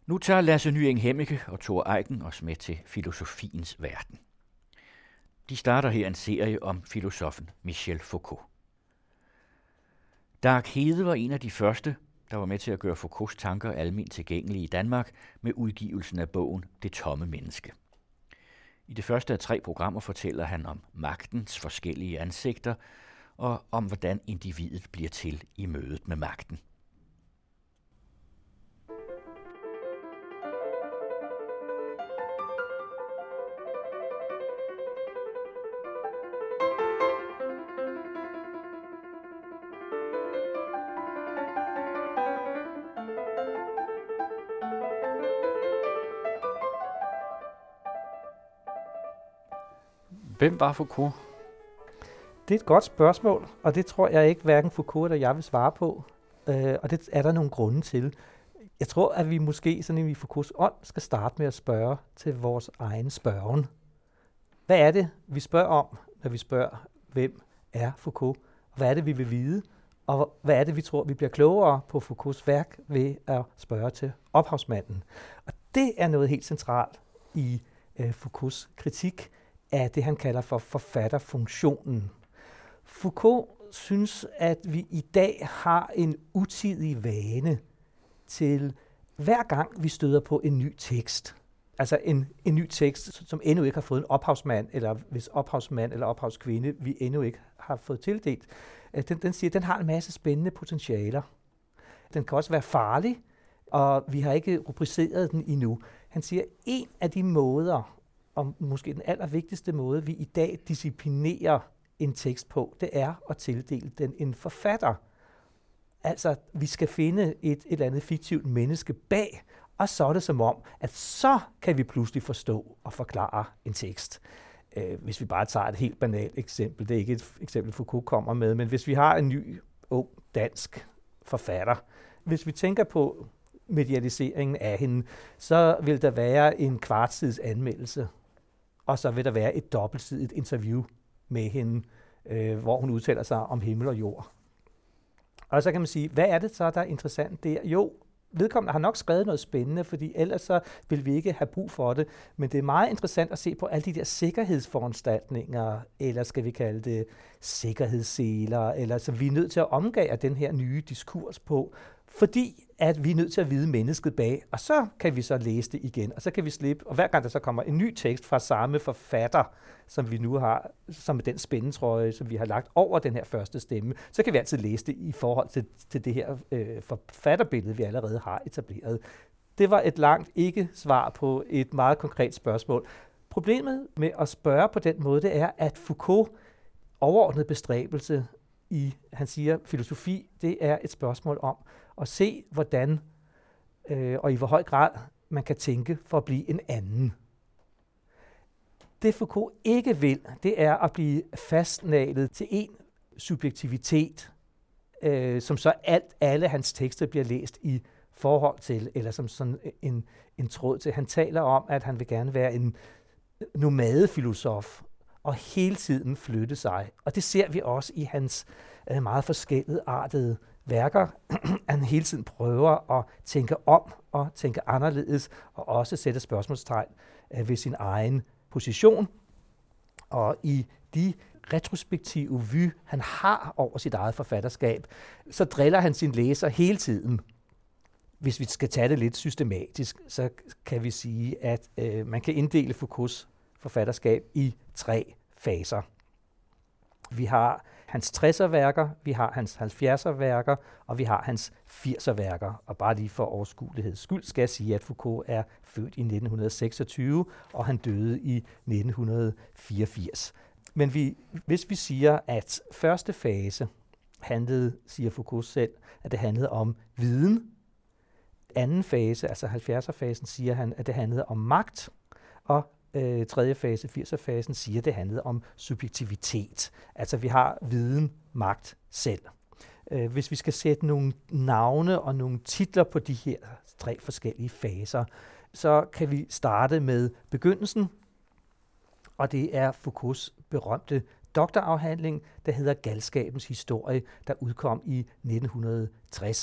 Nu tager Lasse Nyeng Hemmeke og Thor Eiken os med til filosofiens verden. De starter her en serie om filosofen Michel Foucault. Dag Hede var en af de første, der var med til at gøre Foucaults tanker alment tilgængelige i Danmark med udgivelsen af bogen Det tomme menneske. I det første af 3 programmer fortæller han om magtens forskellige ansigter og om hvordan individet bliver til i mødet med magten. Hvem var Foucault? Det er et godt spørgsmål, og det tror jeg ikke hverken Foucault eller jeg vil svare på. Og det er der nogle grunde til. Jeg tror, at vi måske sådan i Foucaults ånd skal starte med at spørge til vores egen spørgen. Hvad er det, vi spørger om, når vi spørger, hvem er Foucault? Og hvad er det, vi vil vide? Og hvad er det, vi tror, vi bliver klogere på Foucaults værk ved at spørge til ophavsmanden? Og det er noget helt centralt i Foucaults kritik af det, han kalder for forfatterfunktionen. Foucault synes, at vi i dag har en utidig vane til, hver gang vi støder på en ny tekst, altså en ny tekst, som endnu ikke har fået en ophavsmand, eller hvis ophavsmand eller ophavskvinde, vi endnu ikke har fået tildelt, den siger, at den har en masse spændende potentialer. Den kan også være farlig, og vi har ikke rubriceret den endnu. Han siger, at en af de måder, og måske den allervigtigste måde, vi i dag disciplinerer en tekst på, det er at tildele den en forfatter. Altså, vi skal finde et eller andet fiktivt menneske bag, og så er det som om, at så kan vi pludselig forstå og forklare en tekst. Hvis vi bare tager et helt banalt eksempel, det er ikke et eksempel, Foucault kommer med, men hvis vi har en ny, ung dansk forfatter, hvis vi tænker på medialiseringen af hende, så vil der være en kvartsides anmeldelse, og så vil der være et dobbeltsidigt interview med hende, hvor hun udtaler sig om himmel og jord. Og så kan man sige, hvad er det så, der er interessant der? Jo, vedkommende har nok skrevet noget spændende, fordi ellers så vil vi ikke have brug for det. Men det er meget interessant at se på alle de der sikkerhedsforanstaltninger, eller skal vi kalde det sikkerhedsseler, eller som vi er nødt til at omgå den her nye diskurs på, fordi at vi er nødt til at vide mennesket bag, og så kan vi så læse det igen, og så kan vi slippe, og hver gang der så kommer en ny tekst fra samme forfatter, som vi nu har, som den spændetrøje, som vi har lagt over den her første stemme, så kan vi altid læse det i forhold til det her forfatterbillede, vi allerede har etableret. Det var et langt ikke-svar på et meget konkret spørgsmål. Problemet med at spørge på den måde, det er, at Foucault overordnet bestræbelse han siger, filosofi, det er et spørgsmål om at se, hvordan og i hvor høj grad man kan tænke for at blive en anden. Det Foucault ikke vil, det er at blive fastnaglet til en subjektivitet, som så alle hans tekster bliver læst i forhold til, eller som sådan en tråd til. Han taler om, at han vil gerne være en nomadefilosof, og hele tiden flytte sig. Og det ser vi også i hans meget forskelligartede værker. Han hele tiden prøver at tænke om og tænke anderledes, og også sætte spørgsmålstegn ved sin egen position. Og i de retrospektive vy, han har over sit eget forfatterskab, så driller han sin læser hele tiden. Hvis vi skal tage det lidt systematisk, så kan vi sige, at man kan inddele Foucaults forfatterskab i 3 faser. Vi har hans 60'er-værker, vi har hans 70'er-værker, og vi har hans 80'er-værker. Og bare lige for overskueligheds skyld skal jeg sige, at Foucault er født i 1926, og han døde i 1984. Men hvis vi siger, at første fase handlede, siger Foucault selv, at det handlede om viden. Anden fase, altså 70'er-fasen, siger han, at det handlede om magt, og tredje fase, 80'er-fasen, siger, at det handlede om subjektivitet. Altså vi har viden, magt selv. Hvis vi skal sætte nogle navne og nogle titler på de her 3 forskellige faser, så kan vi starte med begyndelsen, og det er Foucaults berømte doktorafhandling, der hedder Galskabens historie, der udkom i 1960.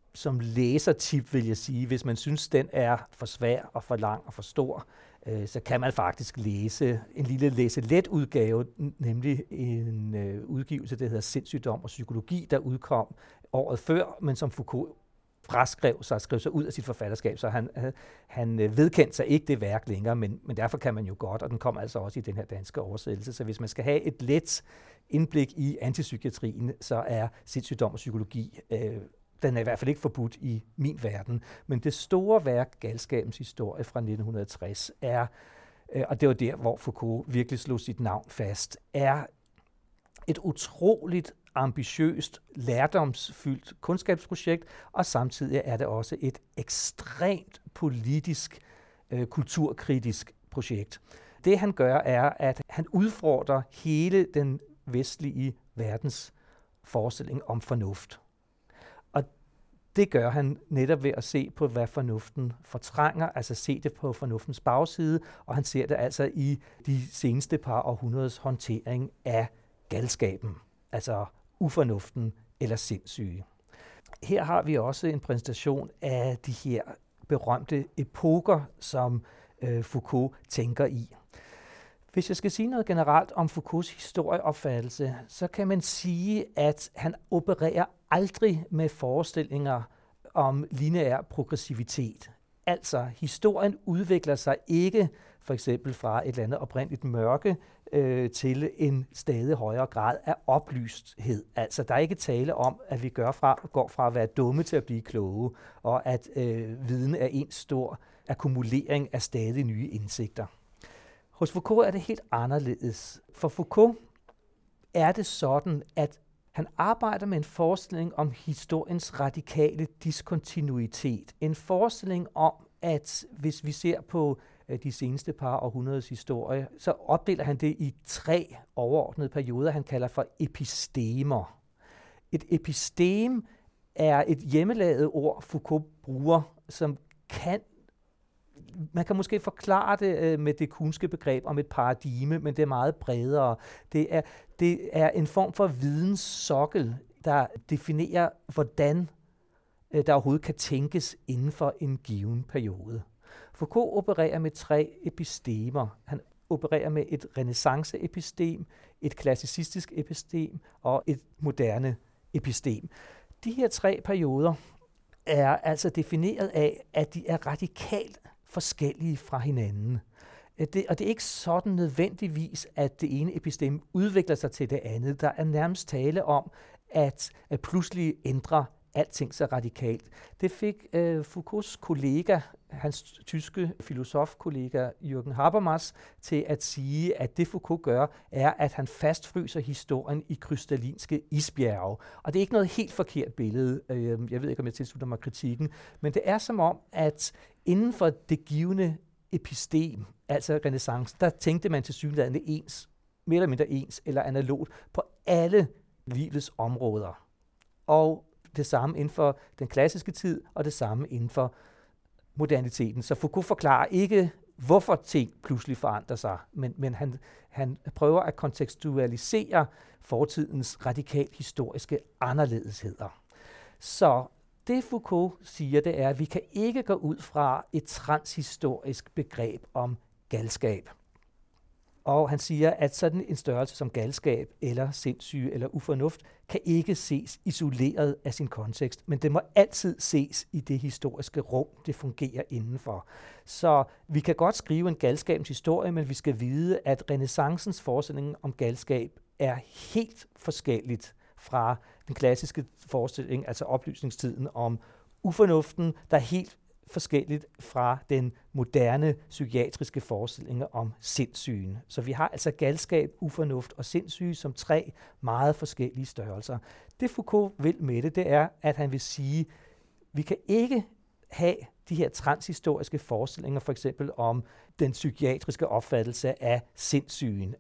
som læsertip vil jeg sige, hvis man synes, den er for svær og for lang og for stor, så kan man faktisk læse en lille læse-let udgave, nemlig en udgivelse, der hedder Sindssygdom og psykologi, der udkom året før, men som Foucault skrev sig ud af sit forfatterskab, så han vedkendte sig ikke det værk længere, men derfor kan man jo godt, og den kommer altså også i den her danske oversættelse. Så hvis man skal have et let indblik i antipsykiatrien, så er Sindssygdom og psykologi, den er i hvert fald ikke forbudt i min verden. Men det store værk, Galskabens historie fra 1960, er, og det var der, hvor Foucault virkelig slog sit navn fast, er et utroligt ambitiøst, lærdomsfyldt kundskabsprojekt, og samtidig er det også et ekstremt politisk, kulturkritisk projekt. Det han gør er, at han udfordrer hele den vestlige verdens forestilling om fornuft. Og det gør han netop ved at se på, hvad fornuften fortrænger, altså se det på fornuftens bagside, og han ser det altså i de seneste par århundredes håndtering af galskaben, altså ufornuften eller sindssyge. Her har vi også en præsentation af de her berømte epoker, som Foucault tænker i. Hvis jeg skal sige noget generelt om Foucaults historieopfattelse, så kan man sige, at han opererer aldrig med forestillinger om lineær progressivitet. Altså, historien udvikler sig ikke for eksempel fra et eller andet oprindeligt mørke til en stadig højere grad af oplysthed. Altså, der er ikke tale om, at vi går fra at være dumme til at blive kloge, og at viden er en stor akkumulering af stadig nye indsigter. Hos Foucault er det helt anderledes. For Foucault er det sådan, at han arbejder med en forestilling om historiens radikale diskontinuitet. En forestilling om, at hvis vi ser på de seneste par århundredes historie, så opdeler han det i 3 overordnede perioder, han kalder for epistemer. Et epistem er et hjemmelavet ord, Foucault bruger, som man kan måske forklare det med det kuhnske begreb om et paradigme, men det er meget bredere. Det er en form for videnssokkel, der definerer, hvordan der overhovedet kan tænkes inden for en given periode. Foucault opererer med 3 epistemer. Han opererer med et renæssance-epistem, et klassicistisk epistem og et moderne epistem. De her 3 perioder er altså defineret af, at de er radikalt forskellige fra hinanden. Og det er ikke sådan nødvendigvis, at det ene epistem udvikler sig til det andet. Der er nærmest tale om, at pludselig ændre alting så radikalt. Det fik Foucaults kollega, hans tyske filosofkollega Jürgen Habermas, til at sige, at det Foucault gør, er, at han fastfryser historien i krystallinske isbjerge. Og det er ikke noget helt forkert billede. Jeg ved ikke, om jeg tilslutter mig kritikken, men det er som om, at inden for det givne epistem, altså renæssance, der tænkte man tilsyneladende ens, mere eller mindre ens eller analogt, på alle livets områder. Og det samme inden for den klassiske tid, og det samme inden for moderniteten. Så Foucault forklarer ikke, hvorfor ting pludselig forandrer sig, men han prøver at kontekstualisere fortidens radikalt historiske anderledesheder. Så det Foucault siger, det er, at vi kan ikke gå ud fra et transhistorisk begreb om galskab. Og han siger, at sådan en størrelse som galskab, eller sindssyge, eller ufornuft, kan ikke ses isoleret af sin kontekst, men det må altid ses i det historiske rum, det fungerer indenfor. Så vi kan godt skrive en galskabens historie, men vi skal vide, at renæssancens forestilling om galskab er helt forskelligt fra den klassiske forestilling, altså oplysningstiden om ufornuften, der er helt forskelligt fra den moderne psykiatriske forestillinger om sindssygen. Så vi har altså galskab, ufornuft og sindssyge som 3 meget forskellige størrelser. Det Foucault vil med det er, at han vil sige, vi kan ikke have de her transhistoriske forestillinger, for eksempel om den psykiatriske opfattelse af sindssygen.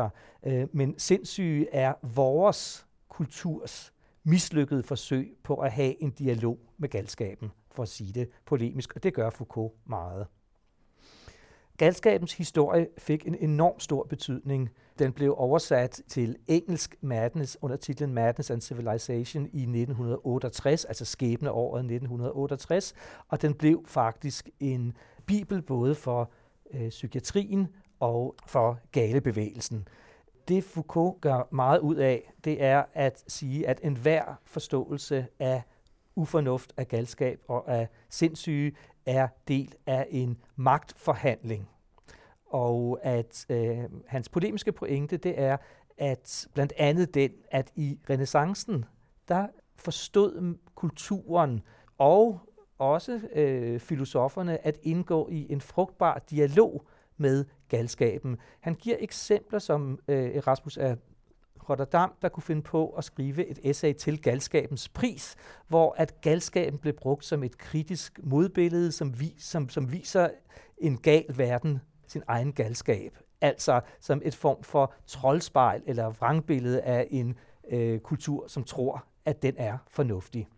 Men sindssyge er vores kulturs mislykkede forsøg på at have en dialog med galskaben, for at sige det polemisk, og det gør Foucault meget. Galskabens historie fik en enorm stor betydning. Den blev oversat til engelsk Madness under titlen Madness and Civilization i 1968, altså skæbneåret 1968, og den blev faktisk en bibel både for psykiatrien og for galebevægelsen. Det Foucault gør meget ud af, det er at sige, at enhver forståelse af ufornuft, af galskab og af sindssyge er del af en magtforhandling. Og at hans polemiske pointe, det er, at blandt andet den, at i renæssancen, der forstod kulturen og også filosoferne at indgå i en frugtbar dialog med galskaben. Han giver eksempler som Erasmus af Rotterdam, der kunne finde på at skrive et essay til galskabens pris, hvor at galskaben blev brugt som et kritisk modbillede, som viser en gal verden sin egen galskab. Altså som et form for troldspejl eller vrangbillede af en kultur, som tror, at den er fornuftig.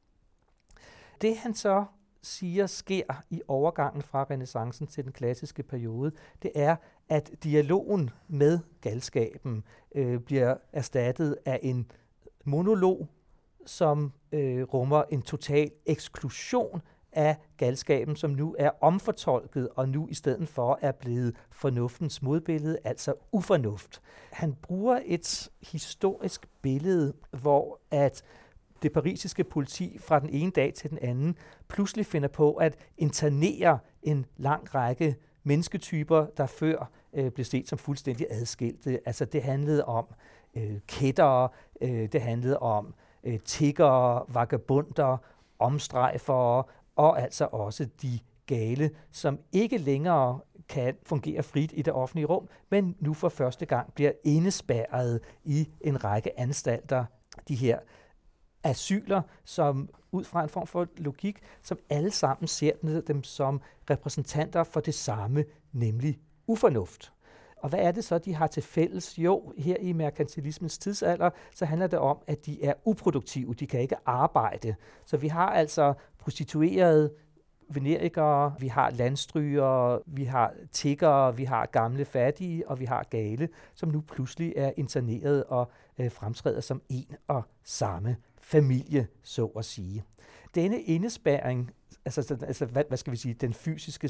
Det han så siger sker i overgangen fra renæssancen til den klassiske periode, det er, at dialogen med galskaben bliver erstattet af en monolog, som rummer en total eksklusion af galskaben, som nu er omfortolket og nu i stedet for er blevet fornuftens modbillede, altså ufornuft. Han bruger et historisk billede, hvor at det parisiske politi fra den ene dag til den anden pludselig finder på at internere en lang række mennesketyper, der før blev set som fuldstændig adskilte. Altså det handlede om kættere, det handlede om tiggere, vagabunder, omstrejfere og altså også de gale, som ikke længere kan fungere frit i det offentlige rum, men nu for første gang bliver indespærret i en række anstalter. De her asyler, som ud fra en form for logik, som alle sammen ser dem som repræsentanter for det samme, nemlig ufornuft. Og hvad er det så, de har til fælles? Jo, her i merkantilismens tidsalder, så handler det om, at de er uproduktive, de kan ikke arbejde. Så vi har altså prostituerede, venerikere, vi har landstrygere, vi har tiggere, vi har gamle fattige, og vi har gale, som nu pludselig er interneret og fremtræder som en og samme familie, så at sige. Denne indespærring, altså hvad skal vi sige, den fysiske,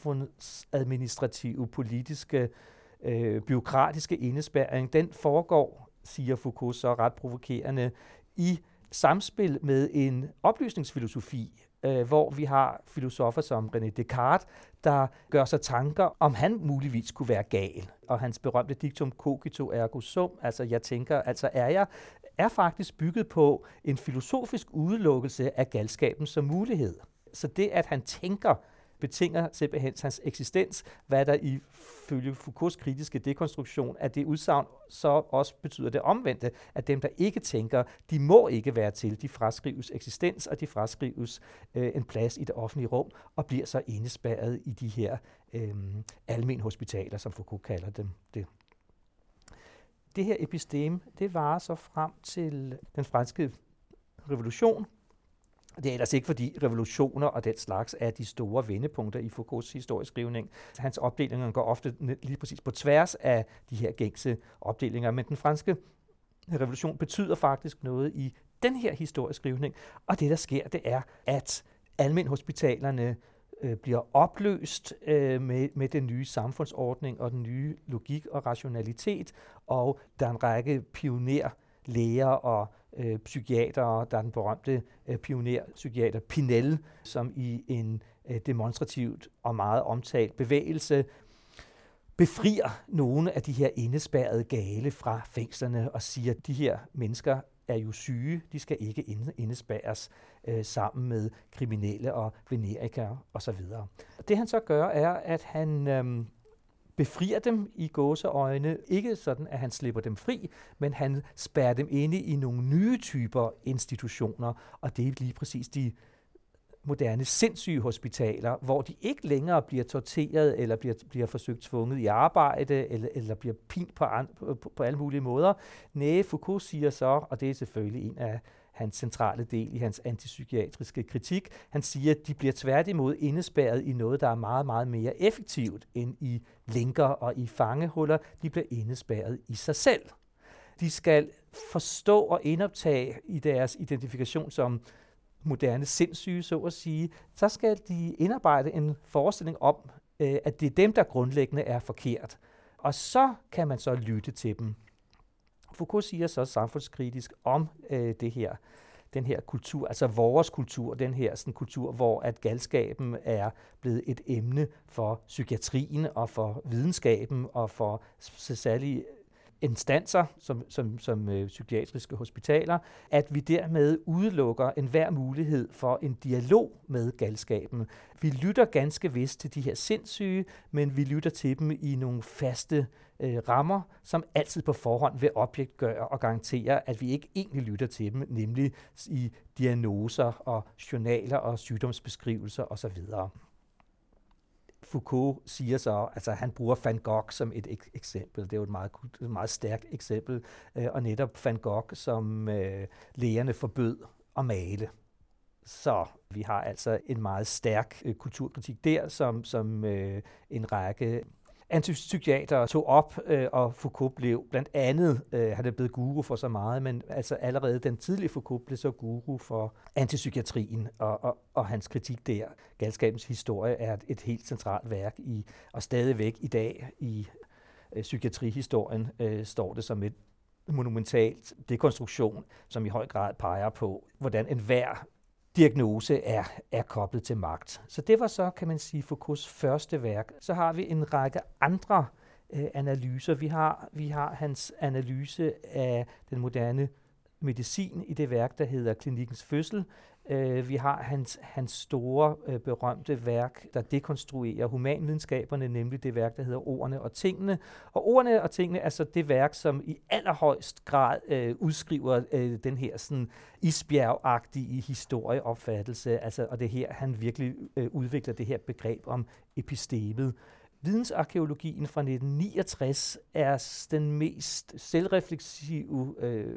samfundsadministrative, politiske, byråkratiske indespærring, den foregår, siger Foucault så ret provokerende, i samspil med en oplysningsfilosofi, hvor vi har filosofer som René Descartes, der gør sig tanker, om han muligvis kunne være gal. Og hans berømte diktum cogito ergo sum, altså jeg tænker, altså er jeg, er faktisk bygget på en filosofisk udelukkelse af galskaben som mulighed. Så det, at han tænker, betinger simpelthen hans eksistens, hvad der ifølge Foucaults kritiske dekonstruktion af det udsagn så også betyder det omvendte, at dem, der ikke tænker, de må ikke være til, de fraskrives eksistens, og de fraskrives en plads i det offentlige rum, og bliver så indespærret i de her almen hospitaler, som Foucault kalder dem. Det her episteme, det varer så frem til den franske revolution. Det er ellers ikke, fordi revolutioner og den slags er de store vendepunkter i Foucaults historieskrivning. Hans opdelinger går ofte lige præcis på tværs af de her gængse opdelinger, men den franske revolution betyder faktisk noget i den her historieskrivning, og det, der sker, det er, at almenhospitalerne bliver opløst med den nye samfundsordning og den nye logik og rationalitet, og der er en række pionerlæger og psykiatere. Der er den berømte pionerpsykiater Pinel, som i en demonstrativt og meget omtalt bevægelse befrier nogle af de her indespærrede gale fra fængslerne og siger, at de her mennesker er jo syge, de skal ikke indespærres sammen med kriminelle og venerikere osv. Det han så gør, er, at han befrier dem i gåseøjne, ikke sådan, at han slipper dem fri, men han spærrer dem inde i nogle nye typer institutioner, og det er lige præcis de moderne sindssyge hospitaler, hvor de ikke længere bliver torteret, eller bliver forsøgt tvunget i arbejde, eller bliver pint på alle mulige måder. Næh, Foucault siger så, og det er selvfølgelig en af hans centrale del i hans antipsykiatriske kritik. Han siger, at de bliver tværtimod indespærret i noget, der er meget, meget mere effektivt end i lænker og i fangehuller. De bliver indespærret i sig selv. De skal forstå og indoptage i deres identifikation som moderne sindssyge, så at sige, så skal de indarbejde en forestilling om, at det er dem, der grundlæggende er forkert. Og så kan man så lytte til dem. Foucault siger så samfundskritisk om den her kultur, altså vores kultur, den her sådan kultur, hvor at galskaben er blevet et emne for psykiatrien og for videnskaben og for særlige instanser, som psykiatriske hospitaler, at vi dermed udelukker enhver mulighed for en dialog med galskaben. Vi lytter ganske vist til de her sindssyge, men vi lytter til dem i nogle faste rammer, som altid på forhånd vil objektgøre og garantere, at vi ikke egentlig lytter til dem, nemlig i diagnoser og journaler og sygdomsbeskrivelser osv. Foucault siger så, altså han bruger Van Gogh som et eksempel. Det er jo et meget stærkt eksempel. Og netop Van Gogh, som lægerne forbød at male. Så vi har altså en meget stærk kulturkritik der, som en række antipsykiatere tog op, og Foucault blev blandt andet, han er blevet guru for så meget, men altså allerede den tidlige Foucault blev så guru for antipsykiatrien og hans kritik der. Galskabens historie er et helt centralt værk og stadigvæk i dag i psykiatrihistorien står det som et monumentalt dekonstruktion, som i høj grad peger på, hvordan enhver diagnose er koblet til magt. Så det var så, kan man sige, Foucaults første værk. Så har vi en række andre analyser. Vi har hans analyse af den moderne medicin i det værk, der hedder Klinikkens fødsel. Vi har hans store, berømte værk, der dekonstruerer humanvidenskaberne, nemlig det værk, der hedder Ordene og tingene. Og Ordene og tingene er så det værk, som i allerhøjst grad udskriver den her sådan isbjergagtige historieopfattelse, og det her, han virkelig udvikler det her begreb om epistemet. Vidensarkæologien fra 1969 er den mest selvrefleksive,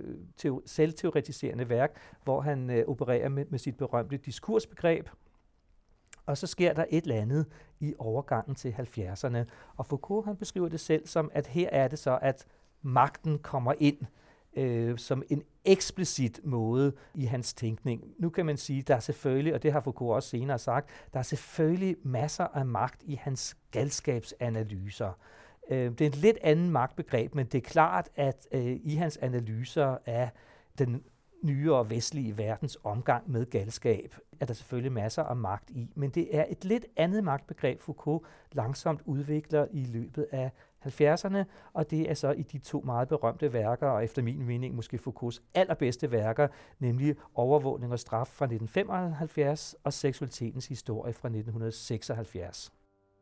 selvteoretiserende værk, hvor han opererer med sit berømte diskursbegreb. Og så sker der et eller andet i overgangen til 70'erne. Og Foucault han beskriver det selv som, at her er det så, at magten kommer ind som en eksplicit måde i hans tænkning. Nu kan man sige, der er selvfølgelig, og det har Foucault også senere sagt, der er selvfølgelig masser af magt i hans galskabsanalyser. Det er en lidt anden magtbegreb, men det er klart, at i hans analyser af den nyere vestlige verdens omgang med galskab, er der selvfølgelig masser af magt i, men det er et lidt andet magtbegreb, Foucault langsomt udvikler i løbet af 70'erne, og det er så i de to meget berømte værker, og efter min mening måske Foucaults allerbedste værker, nemlig Overvågning og straf fra 1975 og Seksualitetens historie fra 1976.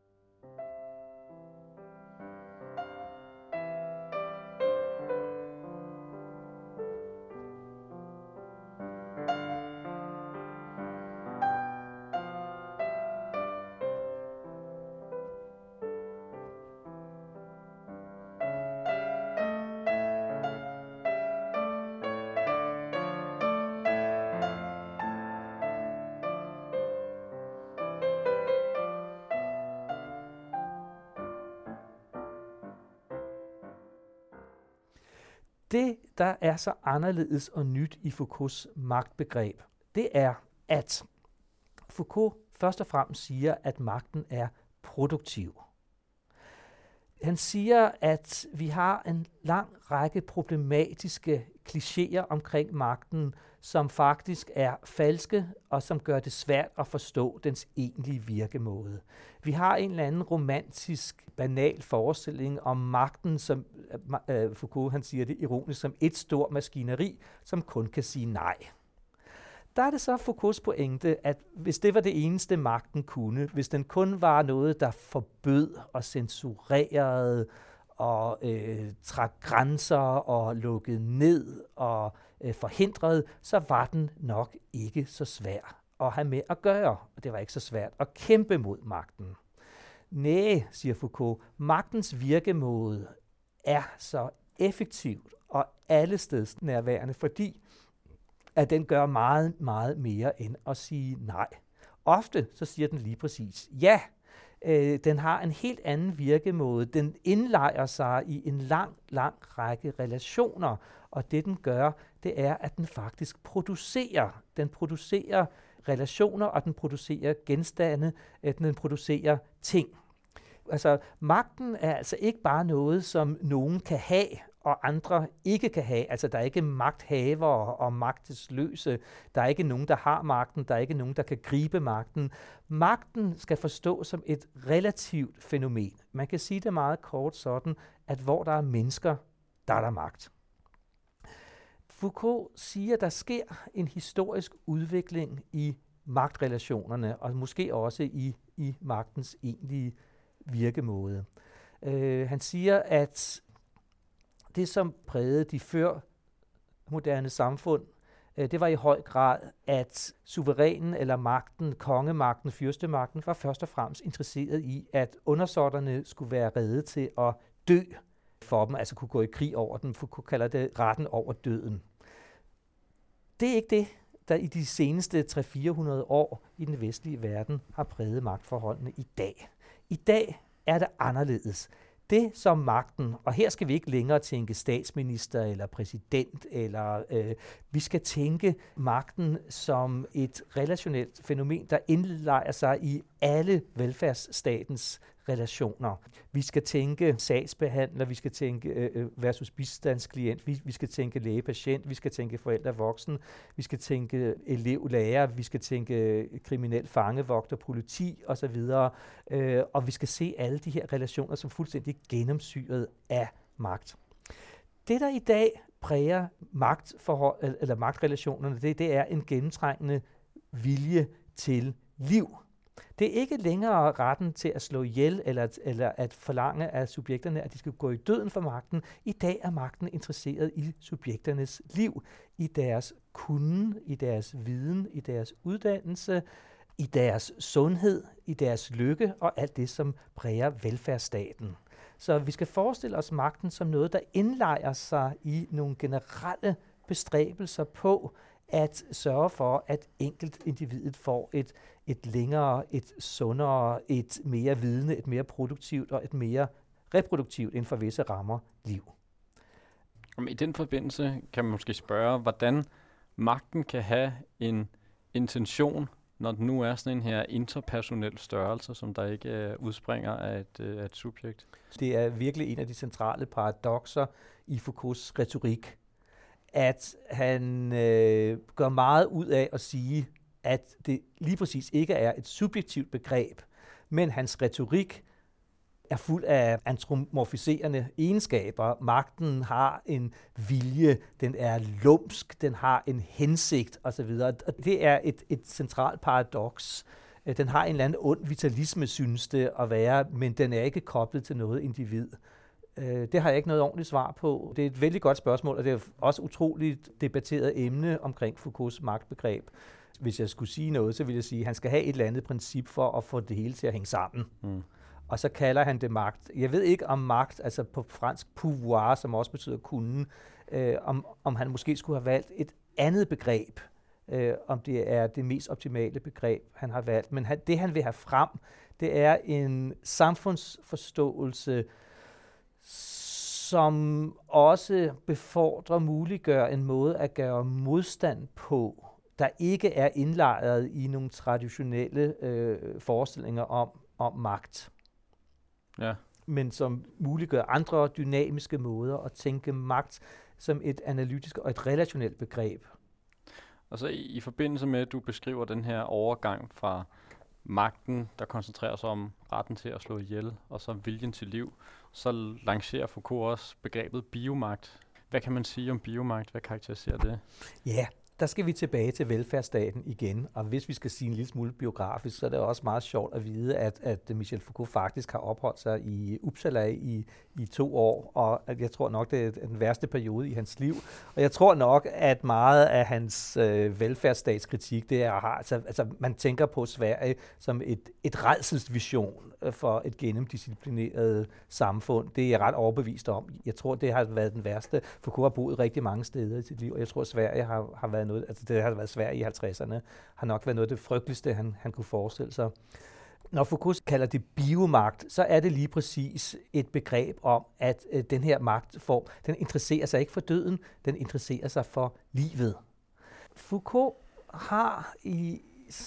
Det, der er så anderledes og nyt i Foucaults magtbegreb, det er, at Foucault først og fremmest siger, at magten er produktiv. Han siger, at vi har en lang række problematiske klichéer omkring magten, som faktisk er falske, og som gør det svært at forstå dens egentlige virkemåde. Vi har en eller anden romantisk, banal forestilling om magten, som Foucault han siger det ironisk, som et stort maskineri, som kun kan sige nej. Der er det så Foucaults pointe, at hvis det var det eneste magten kunne, hvis den kun var noget, der forbød og censurerede og trak grænser og lukkede ned og forhindrede, så var den nok ikke så svær at have med at gøre. Og det var ikke så svært at kæmpe mod magten. Næh, siger Foucault, magtens virkemåde er så effektivt og allestedsnærværende, fordi at den gør meget, meget mere end at sige nej. Ofte så siger den lige præcis ja. Den har en helt anden virkemåde. Den indlejer sig i en lang række relationer, og det den gør, det er, at den faktisk producerer. Den producerer relationer, og den producerer genstande, den producerer ting. Altså, magten er altså ikke bare noget, som nogen kan have, og andre ikke kan have. Altså, der er ikke magthavere og magtesløse. Der er ikke nogen, der har magten. Der er ikke nogen, der kan gribe magten. Magten skal forstås som et relativt fænomen. Man kan sige det meget kort sådan, at hvor der er mennesker, der er der magt. Foucault siger, at der sker en historisk udvikling i magtrelationerne, og måske også i magtens egentlige virkemåde. Han siger, at det, som prægede de før moderne samfund, det var i høj grad, at suverænen eller magten, kongemagten, fyrstemagten, var først og fremmest interesseret i, at undersåtterne skulle være rede til at dø for dem, altså kunne gå i krig over dem. Foucault kalder det retten over døden. Det er ikke det, der i de seneste 300-400 år i den vestlige verden har præget magtforholdene i dag. I dag er det anderledes. Det som magten, og her skal vi ikke længere tænke statsminister eller præsident, eller vi skal tænke magten som et relationelt fænomen, der indlejer sig i alle velfærdsstatens relationer. Vi skal tænke sagsbehandler, vi skal tænke versus bistandsklient, vi skal tænke læge-patient, vi skal tænke forældre-voksen, vi skal tænke elev-lærer, vi skal tænke kriminel fangevogter, politi osv. Og vi skal se alle de her relationer som fuldstændig gennemsyret af magt. Det, der i dag præger magtrelationerne, det er en gennemtrængende vilje til liv. Det er ikke længere retten til at slå ihjel eller at forlange af subjekterne, at de skal gå i døden for magten. I dag er magten interesseret i subjekternes liv, i deres kunnen, i deres viden, i deres uddannelse, i deres sundhed, i deres lykke og alt det, som præger velfærdsstaten. Så vi skal forestille os magten som noget, der indlejer sig i nogle generelle bestræbelser på at sørge for, at enkeltindividet får et længere, et sundere, et mere vidende, et mere produktivt og et mere reproduktivt inden for visse rammer liv. I den forbindelse kan man måske spørge, hvordan magten kan have en intention, når den nu er sådan en her interpersonel størrelse, som der ikke udspringer af et subjekt. Det er virkelig en af de centrale paradokser i Foucaults retorik, at han gør meget ud af at sige, at det lige præcis ikke er et subjektivt begreb, men hans retorik er fuld af antropomorfiserende egenskaber. Magten har en vilje, den er lumsk, den har en hensigt osv. Og det er et centralt paradoks. Den har en eller anden ond vitalisme, synes det at være, men den er ikke koblet til noget individ. Det har jeg ikke noget ordentligt svar på. Det er et vældig godt spørgsmål, og det er også utroligt debatteret emne omkring Foucaults magtbegreb. Hvis jeg skulle sige noget, så ville jeg sige, at han skal have et eller andet princip for at få det hele til at hænge sammen. Og så kalder han det magt. Jeg ved ikke om magt, altså på fransk pouvoir, som også betyder kunne, om han måske skulle have valgt et andet begreb, om det er det mest optimale begreb, han har valgt. Men det, han vil have frem, det er en samfundsforståelse, som også befordrer, muliggør en måde at gøre modstand på, der ikke er indlejret i nogle traditionelle forestillinger om magt. Ja. Men som muliggør andre dynamiske måder at tænke magt som et analytisk og et relationelt begreb. Og så i forbindelse med, at du beskriver den her overgang fra magten, der koncentrerer sig om retten til at slå ihjel, og så viljen til liv, så lancerer Foucault også begrebet biomagt. Hvad kan man sige om biomagt? Hvad karakteriserer det? Ja, der skal vi tilbage til velfærdsstaten igen, og hvis vi skal sige en lille smule biografisk, så er det også meget sjovt at vide, at Michel Foucault faktisk har opholdt sig i Uppsala i 2 år, og jeg tror nok, det er den værste periode i hans liv. Og jeg tror nok, at meget af hans velfærdsstatskritik, det er, altså man tænker på Sverige som et rædselsvision for et gennemdisciplineret samfund. Det er jeg ret overbevist om. Jeg tror, det har været den værste. Foucault har boet rigtig mange steder i sit liv, og jeg tror, at Sverige har været noget, altså det har været svært i 50'erne, har nok været noget af det frygteligste, han kunne forestille sig. Når Foucault kalder det biomagt, så er det lige præcis et begreb om, at den her magtform, den interesserer sig ikke for døden, den interesserer sig for livet. Foucault har i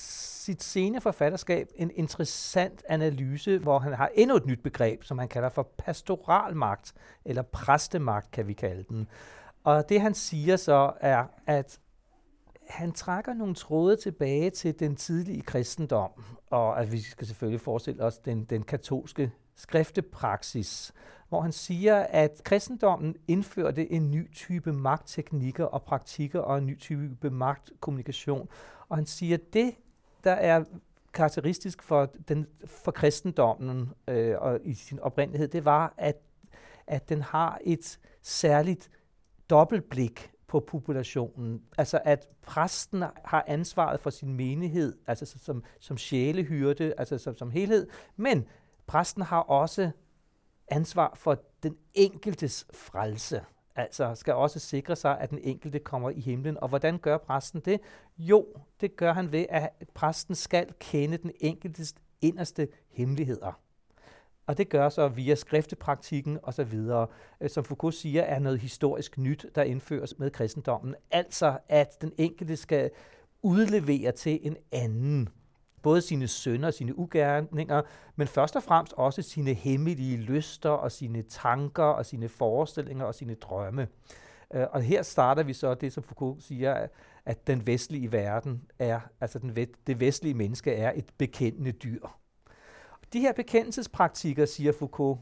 sit senere forfatterskab en interessant analyse, hvor han har endnu et nyt begreb, som han kalder for pastoralmagt, eller præstemagt, kan vi kalde den. Og det han siger så er, at han trækker nogle tråde tilbage til den tidlige kristendom, og at vi skal selvfølgelig forestille os den katolske skriftepraksis, hvor han siger, at kristendommen indførte en ny type magtteknikker og praktikker og en ny type magtkommunikation. Og han siger, at det, der er karakteristisk for kristendommen og i sin oprindelighed, det var, at den har et særligt dobbeltblik på populationen. Altså at præsten har ansvaret for sin menighed, altså som sjælehyrde, altså som helhed, men præsten har også ansvar for den enkeltes frelse. Altså skal også sikre sig, at den enkelte kommer i himlen. Og hvordan gør præsten det? Jo, det gør han ved, at præsten skal kende den enkeltes inderste hemmeligheder. Og det gør så via skriftepraktikken osv., som Foucault siger, er noget historisk nyt, der indføres med kristendommen. Altså, at den enkelte skal udlevere til en anden både sine synder og sine ugerninger, men først og fremmest også sine hemmelige lyster og sine tanker og sine forestillinger og sine drømme. Og her starter vi så det, som Foucault siger, at den vestlige verden er, altså det vestlige menneske er et bekendende dyr. De her bekendelsespraktikker, siger Foucault,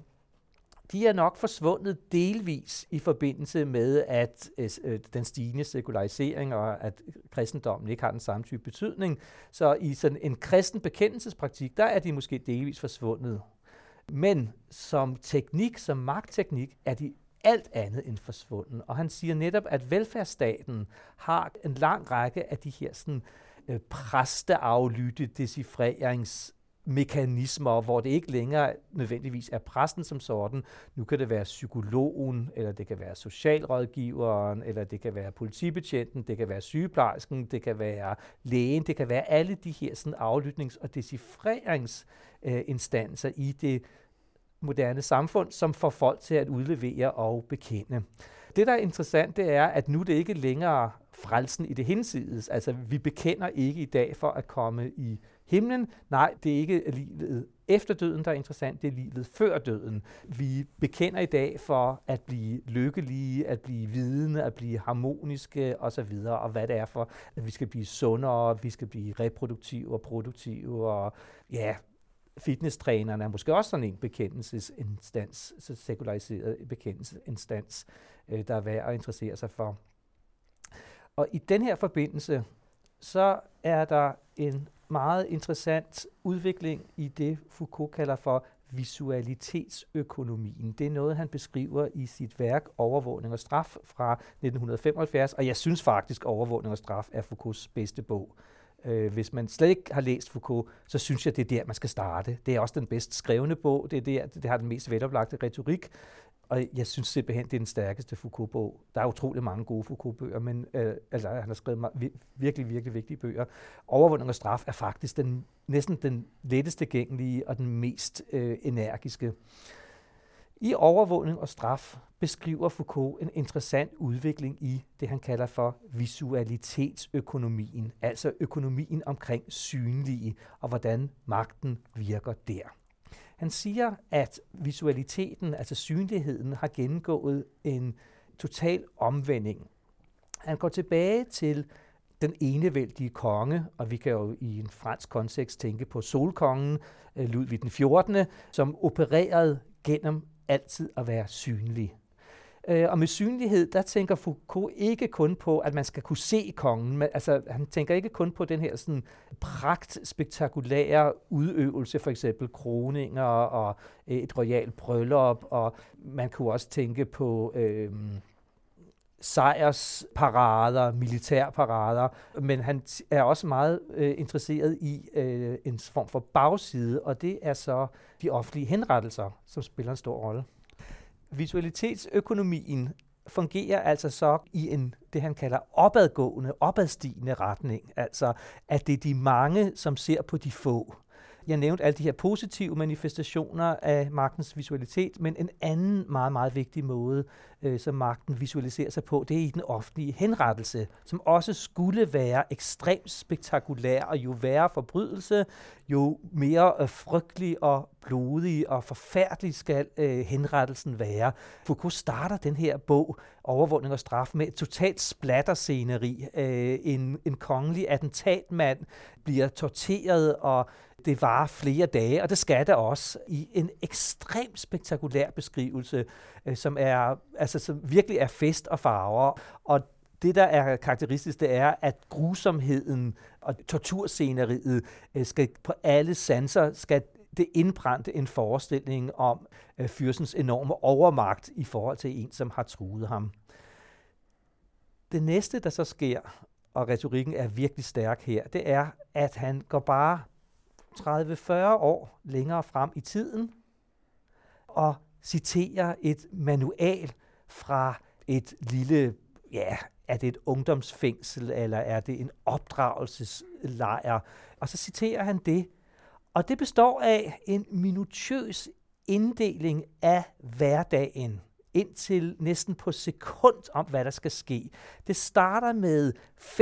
de er nok forsvundet delvis i forbindelse med, at den stigende sekularisering og at kristendommen ikke har den samme type betydning. Så i sådan en kristen bekendelsespraktik, der er de måske delvis forsvundet. Men som teknik, som magtteknik, er de alt andet end forsvundet. Og han siger netop, at velfærdsstaten har en lang række af de her sådan, præsteaflytte decifreringsmekanismer, hvor det ikke længere nødvendigvis er præsten som sådan. Nu kan det være psykologen, eller det kan være socialrådgiveren, eller det kan være politibetjenten, det kan være sygeplejersken, det kan være lægen, det kan være alle de her sådan aflytnings- og decifreringsinstanser i det moderne samfund, som får folk til at udlevere og bekende. Det, der er interessant, det er, at nu det ikke længere frelsen i det hinsides. Altså, vi bekender ikke i dag for at komme i himlen. Nej, det er ikke livet efter døden, der er interessant. Det er livet før døden. Vi bekender i dag for at blive lykkelige, at blive vidende, at blive harmoniske osv. Og hvad det er for, at vi skal blive sundere, vi skal blive reproduktive og produktive og ja, fitnesstrænerne er måske også sådan en bekendelsesinstans, så sekulariseret bekendelsesinstans, der er værd at interessere sig for. Og i den her forbindelse, så er der en meget interessant udvikling i det, Foucault kalder for visualitetsøkonomien. Det er noget, han beskriver i sit værk Overvågning og straf fra 1975, og jeg synes faktisk, Overvågning og straf er Foucaults bedste bog. Hvis man slet ikke har læst Foucault, så synes jeg, det er der, man skal starte. Det er også den bedst skrevne bog, det har den mest veloplagte retorik, og jeg synes simpelthen, det er den stærkeste Foucault-bog. Der er utrolig mange gode Foucault-bøger, men han har skrevet virkelig, virkelig vigtige bøger. Overvågning og straf er faktisk næsten den lettest tilgængelige og den mest energiske. I Overvågning og straf beskriver Foucault en interessant udvikling i det, han kalder for visualitetsøkonomien, altså økonomien omkring synlige, og hvordan magten virker der. Han siger, at visualiteten, altså synligheden, har gennemgået en total omvending. Han går tilbage til den enevældige konge, og vi kan jo i en fransk kontekst tænke på solkongen, Ludvig den 14., som opererede gennem altid at være synlig. Og med synlighed, der tænker Foucault ikke kun på, at man skal kunne se kongen, men altså, han tænker ikke kun på den her sådan spektakulære udøvelse, for eksempel kroninger og et royalt bryllup, og man kunne også tænke på sejrsparader, militærparader, men han er også meget interesseret i en form for bagside, og det er så de offentlige henrettelser, som spiller en stor rolle. Visualitetsøkonomien fungerer altså så i det, han kalder opadstigende retning. Altså, at det er de mange, som ser på de få. Jeg nævnte alle de her positive manifestationer af magtens visualitet, men en anden meget, meget vigtig måde, som magten visualiserer sig på, det er i den offentlige henrettelse, som også skulle være ekstremt spektakulær, og jo værre forbrydelse, jo mere frygtelig og blodig og forfærdelig skal henrettelsen være. Foucault starter den her bog, Overvågning og straf, med et totalt splattersceneri. En kongelig attentatmand bliver torteret, og det varer flere dage, og det skal der også i en ekstremt spektakulær beskrivelse, som virkelig er fest og farver. Og det, der er karakteristisk, det er, at grusomheden og tortursceneriet skal på alle sanser skal det indbrændte en forestilling om fyrstens enorme overmagt i forhold til en, som har truet ham. Det næste, der så sker, og retorikken er virkelig stærk her, det er, at han går bare 30-40 år længere frem i tiden og citerer et manual fra et lille, er det et ungdomsfængsel, eller er det en opdragelseslejr? Og så citerer han det, og det består af en minutiøs inddeling af hverdagen, indtil næsten på sekund om, hvad der skal ske. Det starter med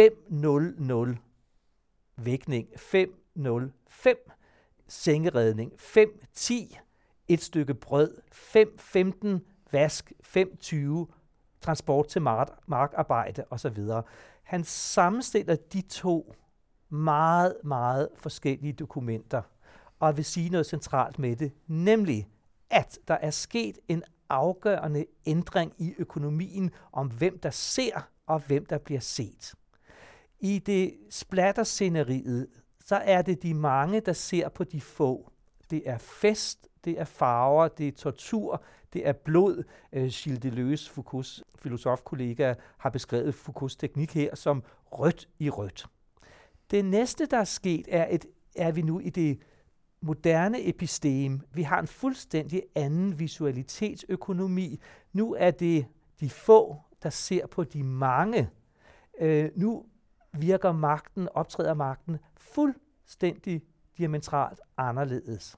5:00 vækning, 5:05 sengeredning, 5:10 et stykke brød, 5:15 vask, 5:20 transport til markarbejde osv. Han sammenstiller de to meget, meget forskellige dokumenter, og vil sige noget centralt med det, nemlig at der er sket en afgørende ændring i økonomien om hvem der ser og hvem der bliver set. I det splattersceneriet, så er det de mange, der ser på de få. Det er fest, det er farver, det er tortur, det er blod. Gilles Deleuze, Foucaults filosofkollega, har beskrevet Foucaults teknik her som rødt i rødt. Det næste, der er sket, er vi nu i det moderne episteme. Vi har en fuldstændig anden visualitetsøkonomi. Nu er det de få, der ser på de mange. Nu optræder magten fuldstændig diametralt anderledes.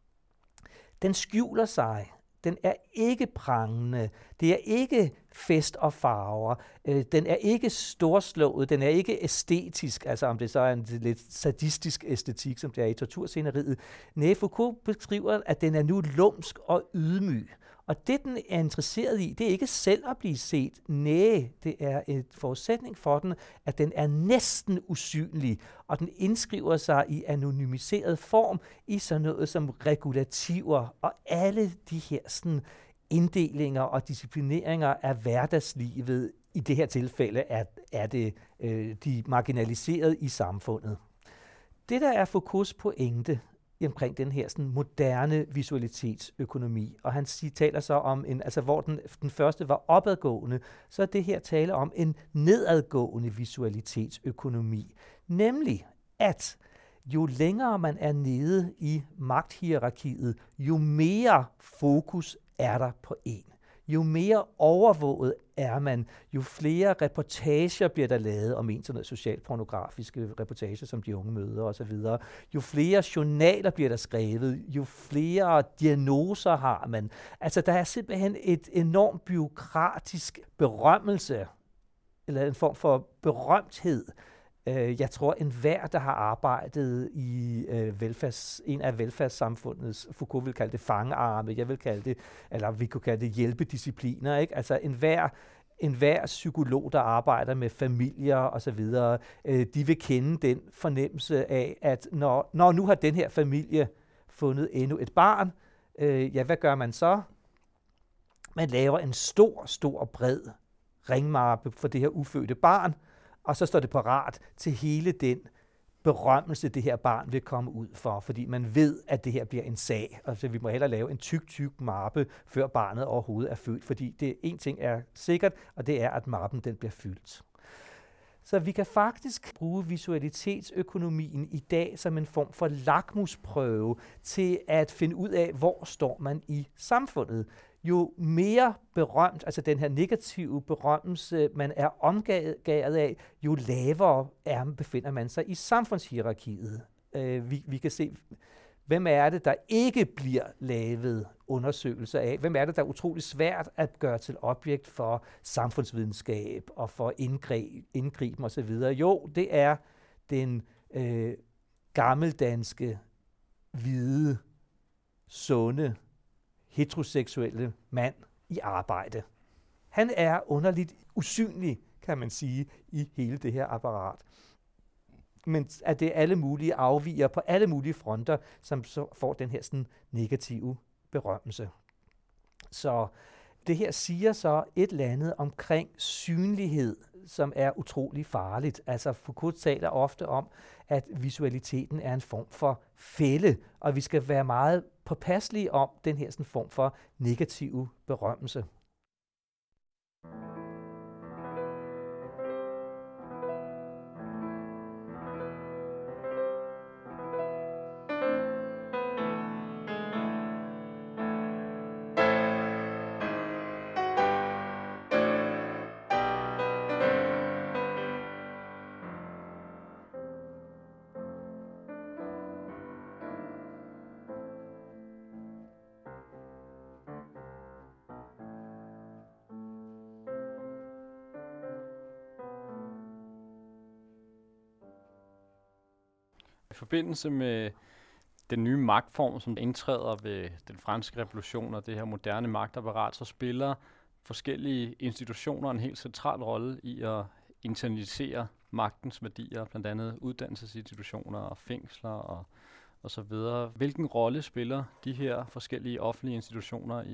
Den skjuler sig. Den er ikke prangende. Det er ikke fest og farver. Den er ikke storslået. Den er ikke æstetisk, altså om det så er en lidt sadistisk æstetik, som det er i tortursceneriet. Nej, Foucault beskriver, at den er nu lumsk og ydmyg. Og det, den er interesseret i, det er ikke selv at blive set. Nej, det er en forudsætning for den, at den er næsten usynlig, og den indskriver sig i anonymiseret form i sådan noget som regulativer, og alle de her sådan, inddelinger og disciplineringer af hverdagslivet. I det her tilfælde er det de marginaliserede i samfundet. Det, der er Foucaults pointe omkring den her sådan, moderne visualitetsøkonomi, og han taler så om, hvor den første var opadgående, så er det her tale om en nedadgående visualitetsøkonomi. Nemlig, at jo længere man er nede i magthierarkiet, jo mere fokus er der på en. Jo mere overvåget er man, jo flere reportager bliver der lavet om en, sådan noget socialpornografiske reportager, som de unge møder osv. Jo flere journaler bliver der skrevet, jo flere diagnoser har man. Altså, der er simpelthen et enormt bureaukratisk berømmelse, eller en form for berømthed. Jeg tror, enhver, der har arbejdet i en af velfærdssamfundets, Foucault vil kalde det fangearme, jeg vil kalde det, eller vi kunne kalde det hjælpediscipliner, ikke? Altså enhver psykolog, der arbejder med familier osv., de vil kende den fornemmelse af, at når nu har den her familie fundet endnu et barn, hvad gør man så? Man laver en stor, bred ringmappe for det her ufødte barn, og så står det parat til hele den berømmelse, det her barn vil komme ud for, fordi man ved, at det her bliver en sag. Altså, vi må hellere lave en tyk mappe, før barnet overhovedet er født, fordi en ting er sikkert, og det er, at mappen den bliver fyldt. Så vi kan faktisk bruge visualitetsøkonomien i dag som en form for lakmusprøve til at finde ud af, hvor står man i samfundet. jo mere berømt, altså den her negative berømmelse, man er omgavet af, jo lavere befinder man sig i samfundshierarkiet. Vi kan se, hvem er det, der ikke bliver lavet undersøgelser af? Hvem er det, der er utrolig svært at gøre til objekt for samfundsvidenskab og for indgriben osv.? Jo, det er den gammeldanske, hvide, sunde, heteroseksuelle mand i arbejde. Han er underligt usynlig, kan man sige, i hele det her apparat. Men at det er alle mulige afviger på alle mulige fronter, som så får den her sådan negative berømmelse. Så det her siger så et eller andet omkring synlighed, som er utrolig farligt. Altså Foucault taler ofte om, at visualiteten er en form for fælde, og vi skal være meget påpasselige om den her sådan form for negative berømmelse. I forbindelse med den nye magtform, som indtræder ved den franske revolution og det her moderne magtapparat, så spiller forskellige institutioner en helt central rolle i at internalisere magtens værdier, blandt andet uddannelsesinstitutioner og fængsler og så videre. Hvilken rolle spiller de her forskellige offentlige institutioner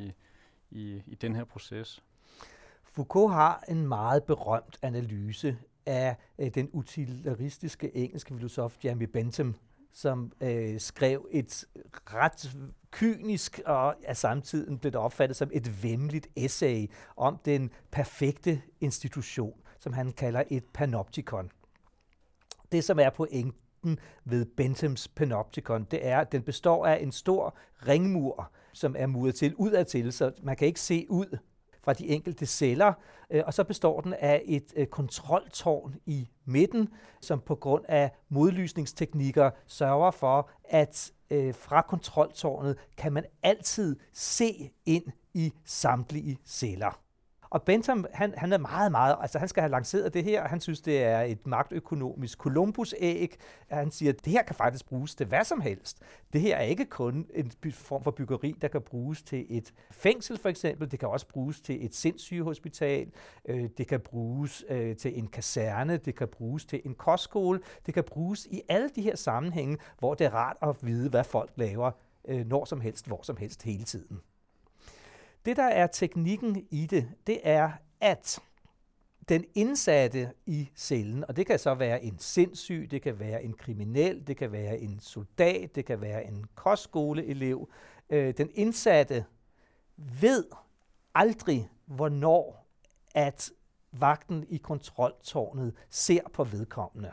i den her proces? Foucault har en meget berømt analyse af den utilitaristiske engelske filosof Jeremy Bentham, som skrev et ret kynisk og af samtiden blev det opfattet som et væmmeligt essay om den perfekte institution, som han kalder et panoptikon. Det, som er pointen ved Benthams panoptikon, det er, at den består af en stor ringmur, som er muret til udadtil, så man kan ikke se ud fra de enkelte celler, og så består den af et kontroltårn i midten, som på grund af modlysningsteknikker sørger for, at fra kontroltårnet kan man altid se ind i samtlige celler. Og Bentham, han er meget, altså han skal have lanceret det her, han synes, det er et magtøkonomisk Columbus-æg. Han siger, at det her kan faktisk bruges til hvad som helst. Det her er ikke kun en form for byggeri, der kan bruges til et fængsel for eksempel, det kan også bruges til et sindssygehospital, det kan bruges til en kaserne, det kan bruges til en kostskole, det kan bruges i alle de her sammenhænge, hvor det er rart at vide, hvad folk laver når som helst, hvor som helst, hele tiden. Det, der er teknikken i det er, at den indsatte i cellen, og det kan så være en sindssyg, det kan være en kriminel, det kan være en soldat, det kan være en kostskoleelev. Den indsatte ved aldrig, hvornår at vagten i kontroltårnet ser på vedkommende.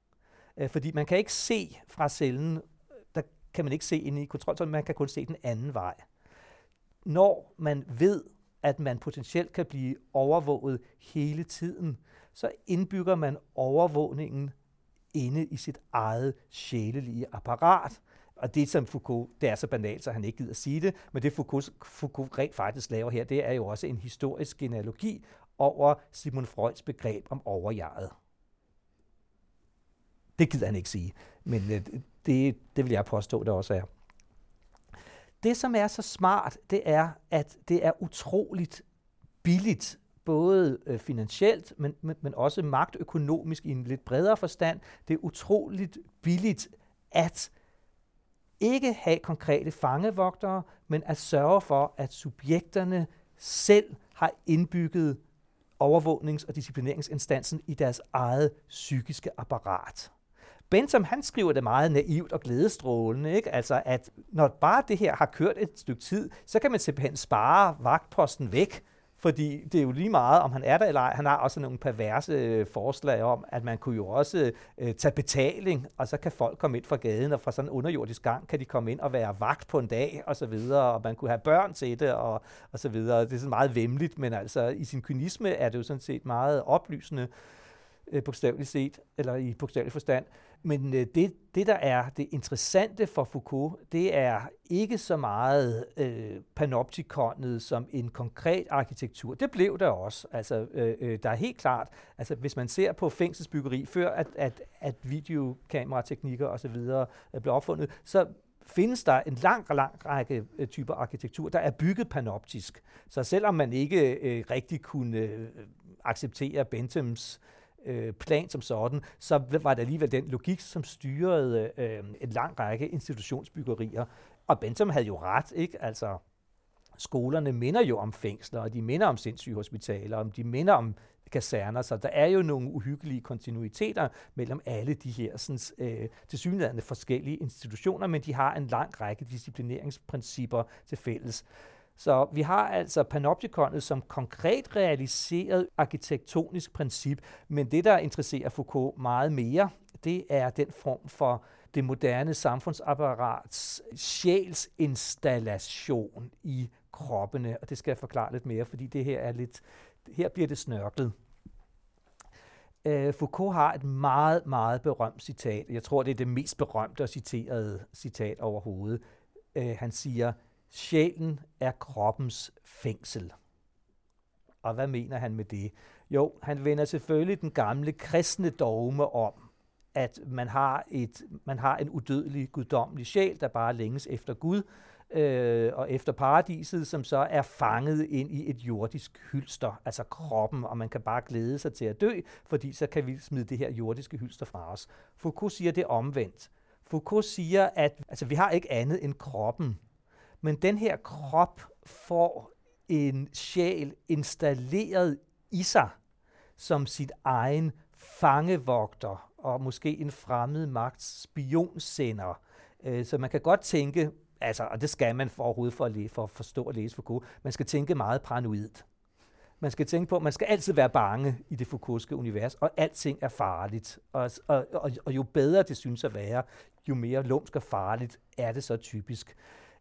Fordi man kan ikke se fra cellen, der kan man ikke se ind i kontroltårnet, man kan kun se den anden vej. Når man ved, at man potentielt kan blive overvåget hele tiden, så indbygger man overvågningen inde i sit eget sjælelige apparat. Og det, som Foucault, det er så banalt, så han ikke gider sige det, men det Foucault rent faktisk laver her, det er jo også en historisk genealogi over Sigmund Freuds begreb om overjeget. Det gider han ikke sige, men det vil jeg påstå, det også er. Det, som er så smart, det er, at det er utroligt billigt, både finansielt, men også magtøkonomisk i en lidt bredere forstand. Det er utroligt billigt at ikke have konkrete fangevogtere, men at sørge for, at subjekterne selv har indbygget overvågnings- og disciplineringsinstansen i deres eget psykiske apparat. Bentham, han skriver det meget naivt og glædestrålende, ikke? Altså, at når bare det her har kørt et stykke tid, så kan man simpelthen spare vagtposten væk Fordi det er jo lige meget, om han er der eller ej. Han har også nogle perverse forslag om, at man kunne jo også tage betaling, og så kan folk komme ind fra gaden, og fra sådan en underjordisk gang kan de komme ind og være vagt på en dag, og så videre, og man kunne have børn til det, og så videre. Det er sådan meget væmmeligt, men altså i sin kynisme er det jo sådan set meget oplysende, bogstaveligt set, eller i bogstavelig forstand. Men det, der er det interessante for Foucault, det er ikke så meget panoptikonet som en konkret arkitektur. Det blev der også. Altså, der er helt klart, altså hvis man ser på fængselsbyggeri, før at videokamerateknikker osv. blev opfundet, så findes der en lang række typer arkitektur, der er bygget panoptisk. Så selvom man ikke rigtig kunne acceptere Benthams plan som sådan, så var der alligevel den logik, som styrede en lang række institutionsbyggerier. Og Bentham havde jo ret, ikke? Altså, skolerne minder jo om fængsler, og de minder om sindssygehospitaler, og de minder om kaserner, så der er jo nogle uhyggelige kontinuiteter mellem alle de her tilsyneladende forskellige institutioner, men de har en lang række disciplineringsprincipper til fælles. Så vi har altså panoptikonet som konkret realiseret arkitektonisk princip, men det, der interesserer Foucault meget mere, det er den form for det moderne samfundsapparats sjælsinstallation i kroppene, og det skal jeg forklare lidt mere, fordi det her er lidt, her bliver det snørklet. Foucault har et meget, meget berømt citat. Jeg tror, det er det mest berømte og citerede citat overhovedet. Han siger, sjælen er kroppens fængsel. Og hvad mener han med det? Jo, han vender selvfølgelig den gamle kristne dogme om, at man har en udødelig, guddommelig sjæl, der bare længes efter Gud og efter paradiset, som så er fanget ind i et jordisk hylster, altså kroppen, og man kan bare glæde sig til at dø, fordi så kan vi smide det her jordiske hylster fra os. Foucault siger det omvendt. Foucault siger, at altså, vi har ikke andet end kroppen, men den her krop får en sjæl installeret i sig som sit egen fangevogter og måske en fremmed magts spionsender. Så man kan godt tænke, altså, og det skal man for overhovedet for at forstå og læse Foucault, man skal tænke meget paranoid. Man skal tænke på, at man skal altid være bange i det Foucaultske univers, og alting er farligt. Og jo bedre det synes at være, jo mere lumsk og farligt er det så typisk.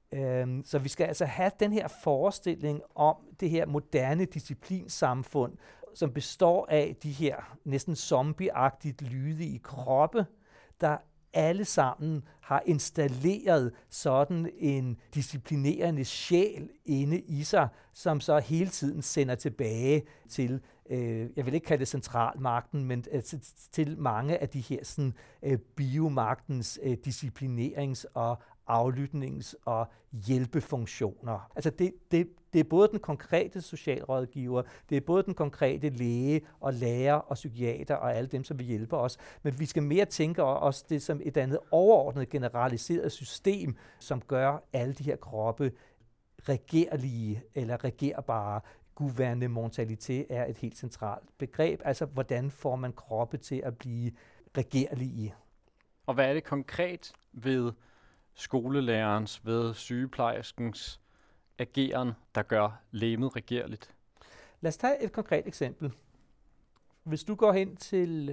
Så vi skal altså have den her forestilling om det her moderne disciplinsamfund, som består af de her næsten zombieagtigt lydige kroppe, der alle sammen har installeret sådan en disciplinerende sjæl inde i sig, som så hele tiden sender tilbage til, jeg vil ikke kalde det centralmagten, men til mange af de her sådan, biomagtens disciplinerings- og aflytnings- og hjælpefunktioner. Altså det er både den konkrete socialrådgiver, det er både den konkrete læge og lærer og psykiater og alle dem, som vil hjælpe os, men vi skal mere tænke os det som et andet overordnet generaliseret system, som gør alle de her kroppe regerlige eller regerbare. Gouvernementalité er et helt centralt begreb, altså hvordan får man kroppe til at blive regerlige. Og hvad er det konkret ved skolelærerens, ved sygeplejerskens ageren, der gør legemet regerligt? Lad os tage et konkret eksempel. Hvis du går hen til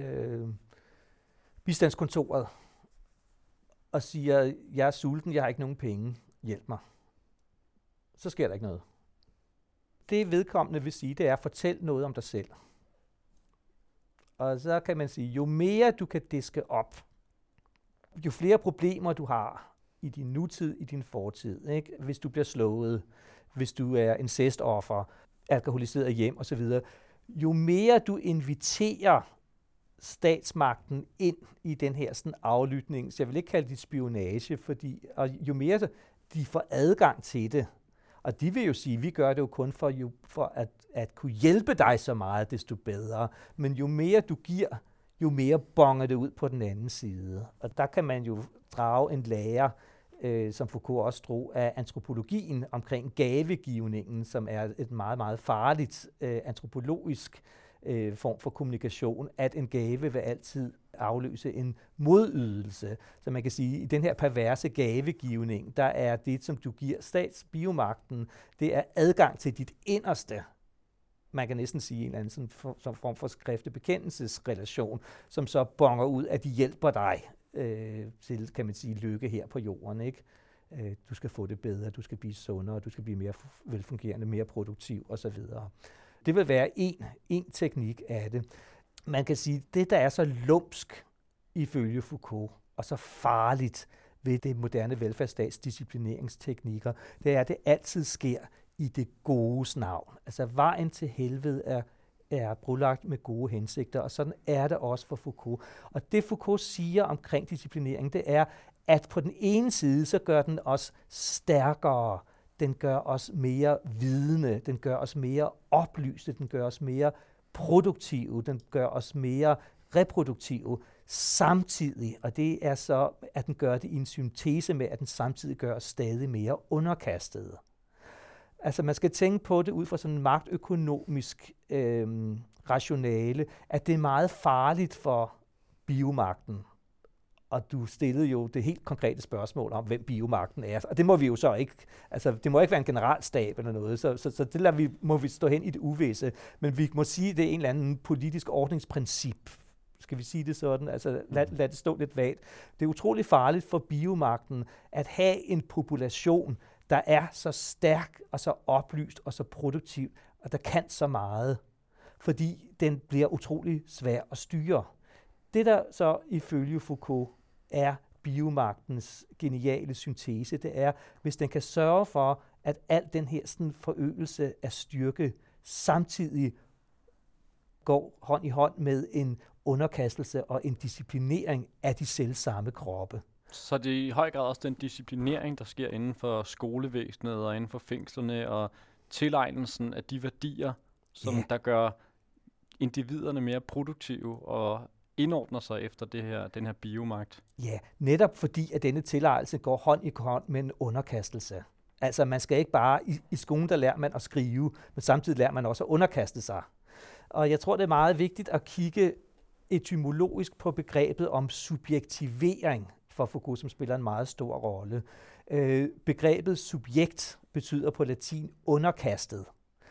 bistandskontoret og siger, jeg er sulten, jeg har ikke nogen penge, hjælp mig, så sker der ikke noget. Det vedkommende vil sige, det er, fortæl noget om dig selv. Og så kan man sige, jo mere du kan diske op, jo flere problemer du har i din nutid, i din fortid, ikke? Hvis du bliver slået, hvis du er incestoffer, alkoholiseret hjem osv., jo mere du inviterer statsmagten ind i den her sådan aflytning, så jeg vil ikke kalde det spionage, og jo mere de får adgang til det, og de vil jo sige, vi gør det jo kun for at kunne hjælpe dig så meget, desto bedre, men jo mere du giver, jo mere bonger det ud på den anden side. Og der kan man jo drage en lære, som Foucault også drog af antropologien omkring gavegivningen, som er et meget, meget farligt antropologisk form for kommunikation, at en gave vil altid afløse en modydelse. Så man kan sige, at i den her perverse gavegivning, der er det, som du giver statsbiomagten, det er adgang til dit inderste. man kan næsten sige en eller anden sådan form for skriftebekendelsesrelation, som så bonger ud, at de hjælper dig til, kan man sige, lykke her på jorden, ikke? Du skal få det bedre, du skal blive sundere, du skal blive mere velfungerende, mere produktiv osv. Det vil være en teknik af det. Man kan sige, det der er så lumsk ifølge Foucault, og så farligt ved det moderne velfærdsstats disciplineringsteknikker, det er, at det altid sker i det godes navn. Altså vejen til helvede er brolagt med gode hensigter, og sådan er det også for Foucault. Og det Foucault siger omkring disciplinering, det er, at på den ene side, så gør den os stærkere, den gør os mere vidende, den gør os mere oplyste, den gør os mere produktive, den gør os mere reproduktive samtidig, og det er så, at den gør det i en syntese med, at den samtidig gør os stadig mere underkastede. Altså man skal tænke på det ud fra sådan en magtøkonomisk rationale, at det er meget farligt for biomagten. Og du stillede jo det helt konkrete spørgsmål om, hvem biomagten er. Og det må vi jo så ikke, altså det må ikke være en generalstab eller noget, så det må vi stå hen i det uvisse. Men vi må sige, at det er en eller anden politisk ordningsprincip. Skal vi sige det sådan? Altså lad det stå lidt vagt. Det er utrolig farligt for biomagten at have en population, der er så stærk og så oplyst og så produktiv, og der kan så meget, fordi den bliver utrolig svær at styre. Det der så ifølge Foucault er biomagtens geniale syntese, det er, hvis den kan sørge for, at al den her sådan forøgelse af styrke samtidig går hånd i hånd med en underkastelse og en disciplinering af de selvsamme kroppe. Så det er i høj grad også den disciplinering, der sker inden for skolevæsenet og inden for fængslerne, og tilegnelsen af de værdier, som der gør individerne mere produktive og indordner sig efter den her biomagt. Ja, netop fordi, at denne tilegnelse går hånd i hånd med en underkastelse. Altså man skal ikke bare, i skolen der lærer man at skrive, men samtidig lærer man også at underkaste sig. Og jeg tror, det er meget vigtigt at kigge etymologisk på begrebet om subjektivering for Foucault, som spiller en meget stor rolle. Begrebet subjekt betyder på latin underkastet.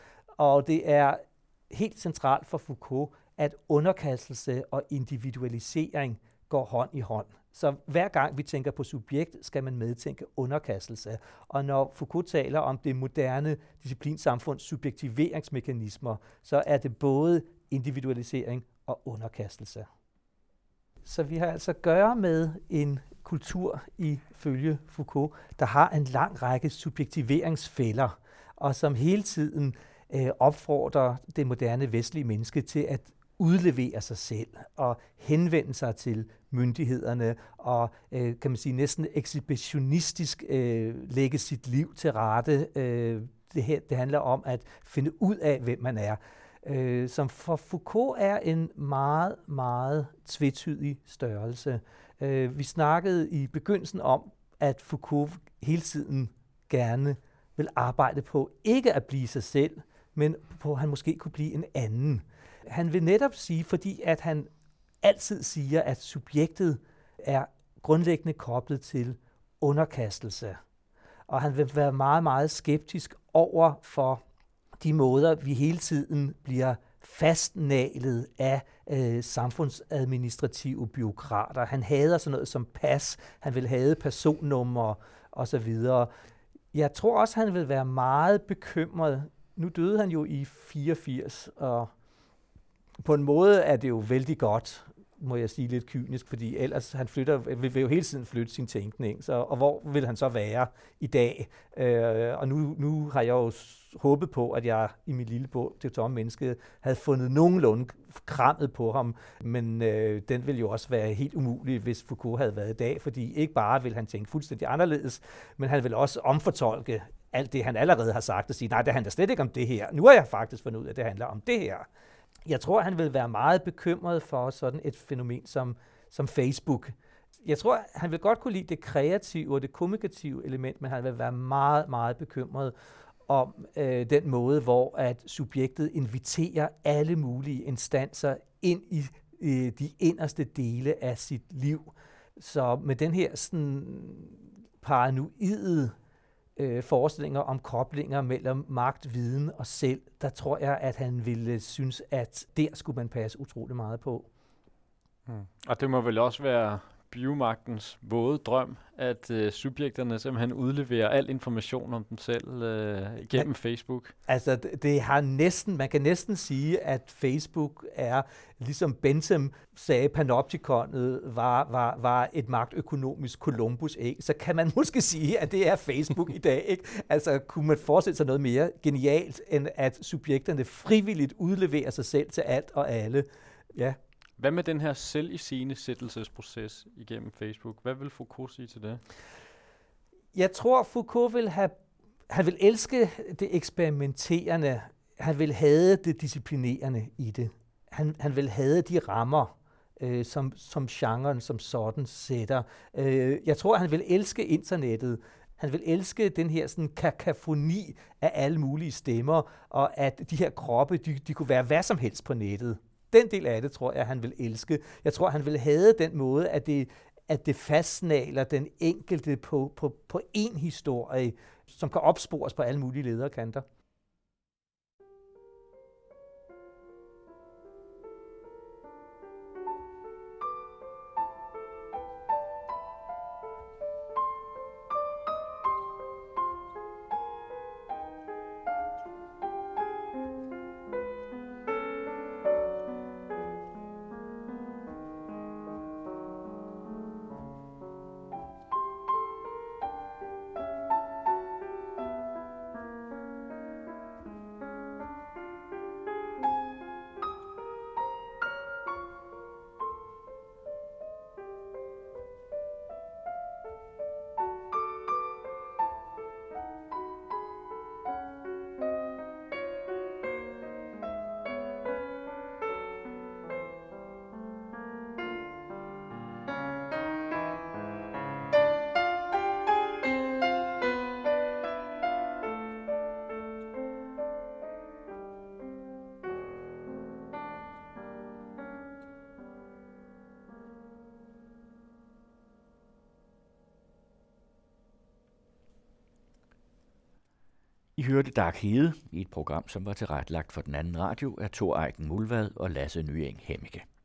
Og det er helt centralt for Foucault, at underkastelse og individualisering går hånd i hånd. Så hver gang vi tænker på subjekt, skal man medtænke underkastelse. Og når Foucault taler om det moderne disciplinsamfunds subjektiveringsmekanismer, så er det både individualisering og underkastelse. Så vi har altså at gøre med en kultur ifølge Foucault, der har en lang række subjektiveringsfælder, og som hele tiden opfordrer det moderne vestlige menneske til at udlevere sig selv og henvende sig til myndighederne og kan man sige næsten ekshibitionistisk lægge sit liv til rette. Det handler om at finde ud af, hvem man er. Som for Foucault er en meget, meget tvetydig størrelse. Vi snakkede i begyndelsen om, at Foucault hele tiden gerne vil arbejde på ikke at blive sig selv, men på at han måske kunne blive en anden. Han vil netop sige, fordi at han altid siger, at subjektet er grundlæggende koblet til underkastelse. Og han vil være meget, meget skeptisk over for de måder, vi hele tiden bliver fastnaglet af samfundsadministrative bureaukrater. Han hader sådan noget som pas, han vil have personnummer osv. Jeg tror også, han vil være meget bekymret. Nu døde han jo i 84, og på en måde er det jo vældig godt, må jeg sige lidt kynisk, fordi ellers han vil jo hele tiden flytte sin tænkning. Og hvor vil han så være i dag? Og nu har jeg jo håbet på, at jeg i min lille bog, Det tomme menneske, havde fundet nogenlunde krammet på ham, men den ville jo også være helt umulig, hvis Foucault havde været i dag, fordi ikke bare vil han tænke fuldstændig anderledes, men han vil også omfortolke alt det, han allerede har sagt, og sige, nej, det handler slet ikke om det her. Nu har jeg faktisk fundet ud af, at det handler om det her. Jeg tror, han vil være meget bekymret for sådan et fænomen som Facebook. Jeg tror, han vil godt kunne lide det kreative og det kommunikative element, men han vil være meget, meget bekymret om den måde, hvor at subjektet inviterer alle mulige instanser ind i de inderste dele af sit liv. Så med den her sådan paranoide forestillinger om koblinger mellem magt, viden og selv, der tror jeg, at han ville synes, at der skulle man passe utrolig meget på. Og det må vel også være biomagtens våde drøm, at subjekterne simpelthen udleverer al information om dem selv gennem Facebook. Altså, det har man kan næsten sige, at Facebook er, ligesom Bentham sagde, panoptikonet var et magtøkonomisk Columbus-æg, så kan man måske sige, at det er Facebook i dag, ikke? Altså, kunne man forestille sig noget mere genialt, end at subjekterne frivilligt udleverer sig selv til alt og alle? Ja. Hvad med den her selviscenesættelsesproces igennem Facebook? Hvad vil Foucault sige til det? Jeg tror, Foucault han vil elske det eksperimenterende. Han vil have det disciplinerende i det. Han vil have de rammer, som genren som sådan sætter. Jeg tror, han vil elske internettet. Han vil elske den her sådan kakafoni af alle mulige stemmer, og at de her kroppe, de kunne være hvad som helst på nettet. Den del af det, tror jeg, han vil elske. Jeg tror, han vil have den måde, at det fastsnaler den enkelte på én historie, som kan opspores på alle mulige lederkanter. I hørte Dag Hede i et program, som var tilrettelagt for Den Anden Radio af Thor Eiken Mulvad og Lasse Nyeng Hemmike.